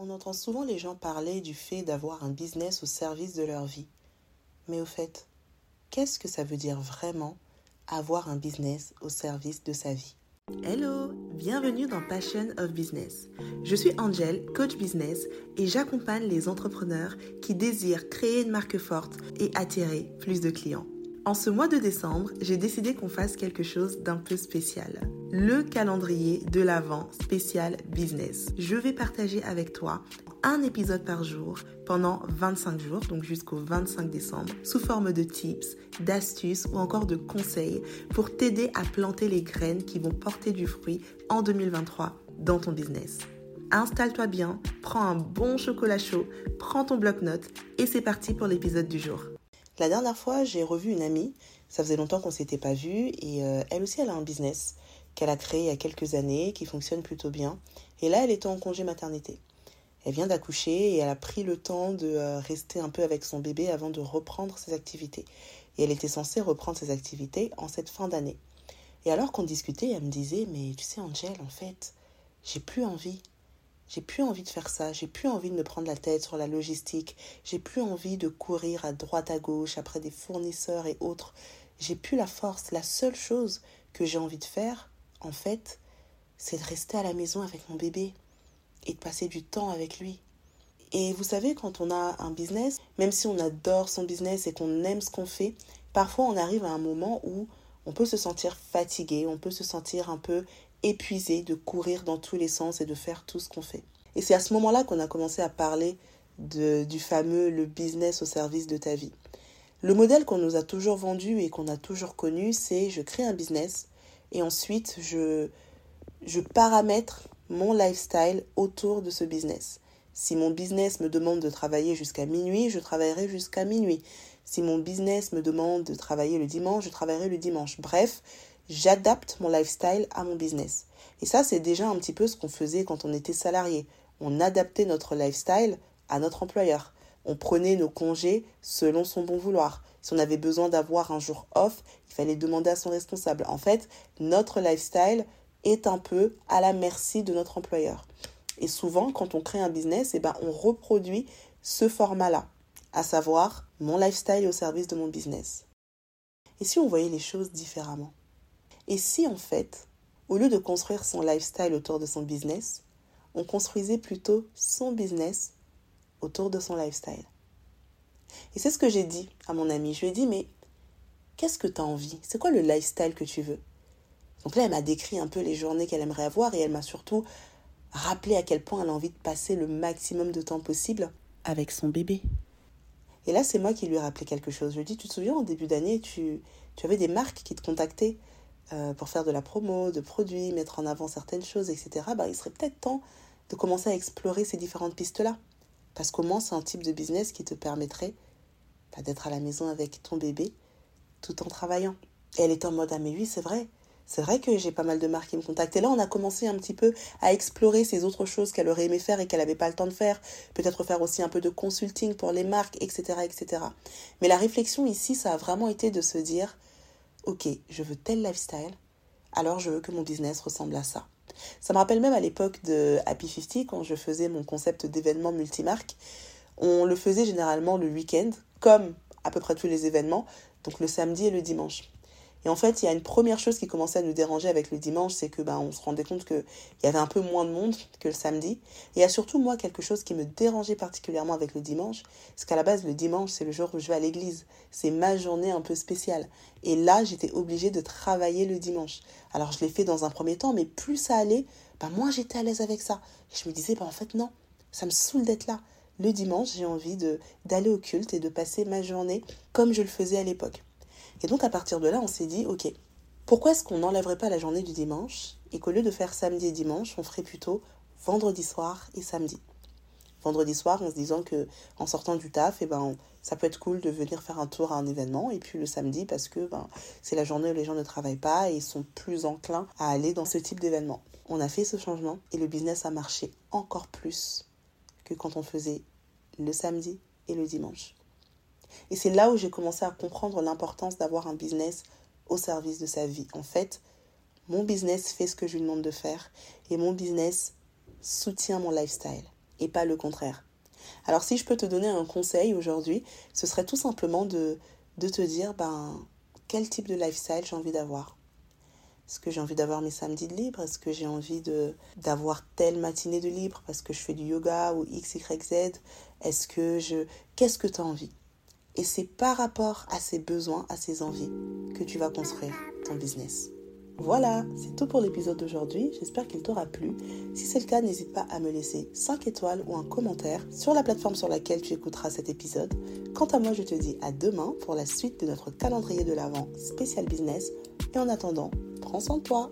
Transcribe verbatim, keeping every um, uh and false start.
On entend souvent les gens parler du fait d'avoir un business au service de leur vie. Mais au fait, qu'est-ce que ça veut dire vraiment avoir un business au service de sa vie? Hello, bienvenue dans Passion of Business. Je suis Angel, coach business, et j'accompagne les entrepreneurs qui désirent créer une marque forte et attirer plus de clients. En ce mois de décembre, j'ai décidé qu'on fasse quelque chose d'un peu spécial. Le calendrier de l'Avent spécial business. Je vais partager avec toi un épisode par jour pendant vingt-cinq jours, donc jusqu'au vingt-cinq décembre, sous forme de tips, d'astuces ou encore de conseils pour t'aider à planter les graines qui vont porter du fruit en deux mille vingt-trois dans ton business. Installe-toi bien, prends un bon chocolat chaud, prends ton bloc-notes et c'est parti pour l'épisode du jour. La dernière fois, j'ai revu une amie, ça faisait longtemps qu'on ne s'était pas vu et euh, elle aussi elle a un business qu'elle a créé il y a quelques années, qui fonctionne plutôt bien. Et là, elle était en congé maternité. Elle vient d'accoucher et elle a pris le temps de euh, rester un peu avec son bébé avant de reprendre ses activités. Et elle était censée reprendre ses activités en cette fin d'année. Et alors qu'on discutait, elle me disait « Mais tu sais Angel, en fait, j'ai plus envie. J'ai plus envie de faire ça. J'ai plus envie de me prendre la tête sur la logistique. J'ai plus envie de courir à droite à gauche après des fournisseurs et autres. J'ai plus la force. La seule chose que j'ai envie de faire, en fait, c'est de rester à la maison avec mon bébé et de passer du temps avec lui. » Et vous savez, quand on a un business, même si on adore son business et qu'on aime ce qu'on fait, parfois on arrive à un moment où on peut se sentir fatigué, on peut se sentir un peu épuisé de courir dans tous les sens et de faire tout ce qu'on fait. Et c'est à ce moment-là qu'on a commencé à parler de, du fameux « le business au service de ta vie ». Le modèle qu'on nous a toujours vendu et qu'on a toujours connu, c'est je crée un business et ensuite je, je paramètre mon lifestyle autour de ce business. Si mon business me demande de travailler jusqu'à minuit, je travaillerai jusqu'à minuit. Si mon business me demande de travailler le dimanche, je travaillerai le dimanche. Bref, j'adapte mon lifestyle à mon business. Et ça, c'est déjà un petit peu ce qu'on faisait quand on était salarié. On adaptait notre lifestyle à notre employeur. On prenait nos congés selon son bon vouloir. Si on avait besoin d'avoir un jour off, il fallait demander à son responsable. En fait, notre lifestyle est un peu à la merci de notre employeur. Et souvent, quand on crée un business, eh ben, on reproduit ce format-là, à savoir mon lifestyle au service de mon business. Et si on voyait les choses différemment? Et si, en fait, au lieu de construire son lifestyle autour de son business, on construisait plutôt son business autour de son lifestyle? Et c'est ce que j'ai dit à mon amie. Je lui ai dit, mais qu'est-ce que tu as envie? C'est quoi le lifestyle que tu veux? Donc là, elle m'a décrit un peu les journées qu'elle aimerait avoir et elle m'a surtout rappelé à quel point elle a envie de passer le maximum de temps possible avec son bébé. Et là, c'est moi qui lui ai rappelé quelque chose. Je lui ai dit, tu te souviens, en début d'année, tu, tu avais des marques qui te contactaient euh, pour faire de la promo, de produits, mettre en avant certaines choses, et cetera. Bah, il serait peut-être temps de commencer à explorer ces différentes pistes-là. Parce qu'au moins, c'est un type de business qui te permettrait bah, d'être à la maison avec ton bébé tout en travaillant. Et elle était en mode, ah mais oui, c'est vrai. C'est vrai que j'ai pas mal de marques qui me contactent. Et là, on a commencé un petit peu à explorer ces autres choses qu'elle aurait aimé faire et qu'elle n'avait pas le temps de faire. Peut-être faire aussi un peu de consulting pour les marques, et cetera, et cetera. Mais la réflexion ici, ça a vraiment été de se dire, ok, je veux tel lifestyle, alors je veux que mon business ressemble à ça. Ça me rappelle même à l'époque de Happy cinquante, quand je faisais mon concept d'événement multimarque. On le faisait généralement le week-end, comme à peu près tous les événements, donc le samedi et le dimanche. Et en fait, il y a une première chose qui commençait à nous déranger avec le dimanche, c'est que ben, on se rendait compte qu'il y avait un peu moins de monde que le samedi. Et il y a surtout, moi, quelque chose qui me dérangeait particulièrement avec le dimanche, c'est qu'à la base, le dimanche, c'est le jour où je vais à l'église. C'est ma journée un peu spéciale. Et là, j'étais obligée de travailler le dimanche. Alors, je l'ai fait dans un premier temps, mais plus ça allait, ben, moins j'étais à l'aise avec ça. Et je me disais, ben, en fait, non, ça me saoule d'être là. Le dimanche, j'ai envie de, d'aller au culte et de passer ma journée comme je le faisais à l'époque. Et donc, à partir de là, on s'est dit, ok, pourquoi est-ce qu'on n'enlèverait pas la journée du dimanche et qu'au lieu de faire samedi et dimanche, on ferait plutôt vendredi soir et samedi. Vendredi soir, en se disant que en sortant du taf, eh ben, ça peut être cool de venir faire un tour à un événement. Et puis le samedi, parce que ben, c'est la journée où les gens ne travaillent pas et sont plus enclins à aller dans ce type d'événement. On a fait ce changement et le business a marché encore plus que quand on faisait le samedi et le dimanche. Et c'est là où j'ai commencé à comprendre l'importance d'avoir un business au service de sa vie. En fait, mon business fait ce que je lui demande de faire et mon business soutient mon lifestyle. et pas le contraire. Alors si je peux te donner un conseil aujourd'hui, ce serait tout simplement de, de te dire ben, quel type de lifestyle j'ai envie d'avoir. Est-ce que j'ai envie d'avoir mes samedis de libre? Est-ce que j'ai envie de, d'avoir telle matinée de libre parce que je fais du yoga ou X, Y, Z? Est-ce que je... Qu'est-ce que tu as envie? Et c'est par rapport à ces besoins, à ces envies, que tu vas construire ton business. Voilà, c'est tout pour l'épisode d'aujourd'hui. J'espère qu'il t'aura plu. Si c'est le cas, n'hésite pas à me laisser cinq étoiles ou un commentaire sur la plateforme sur laquelle tu écouteras cet épisode. Quant à moi, je te dis à demain pour la suite de notre calendrier de l'Avent spécial business. Et en attendant, prends soin de toi.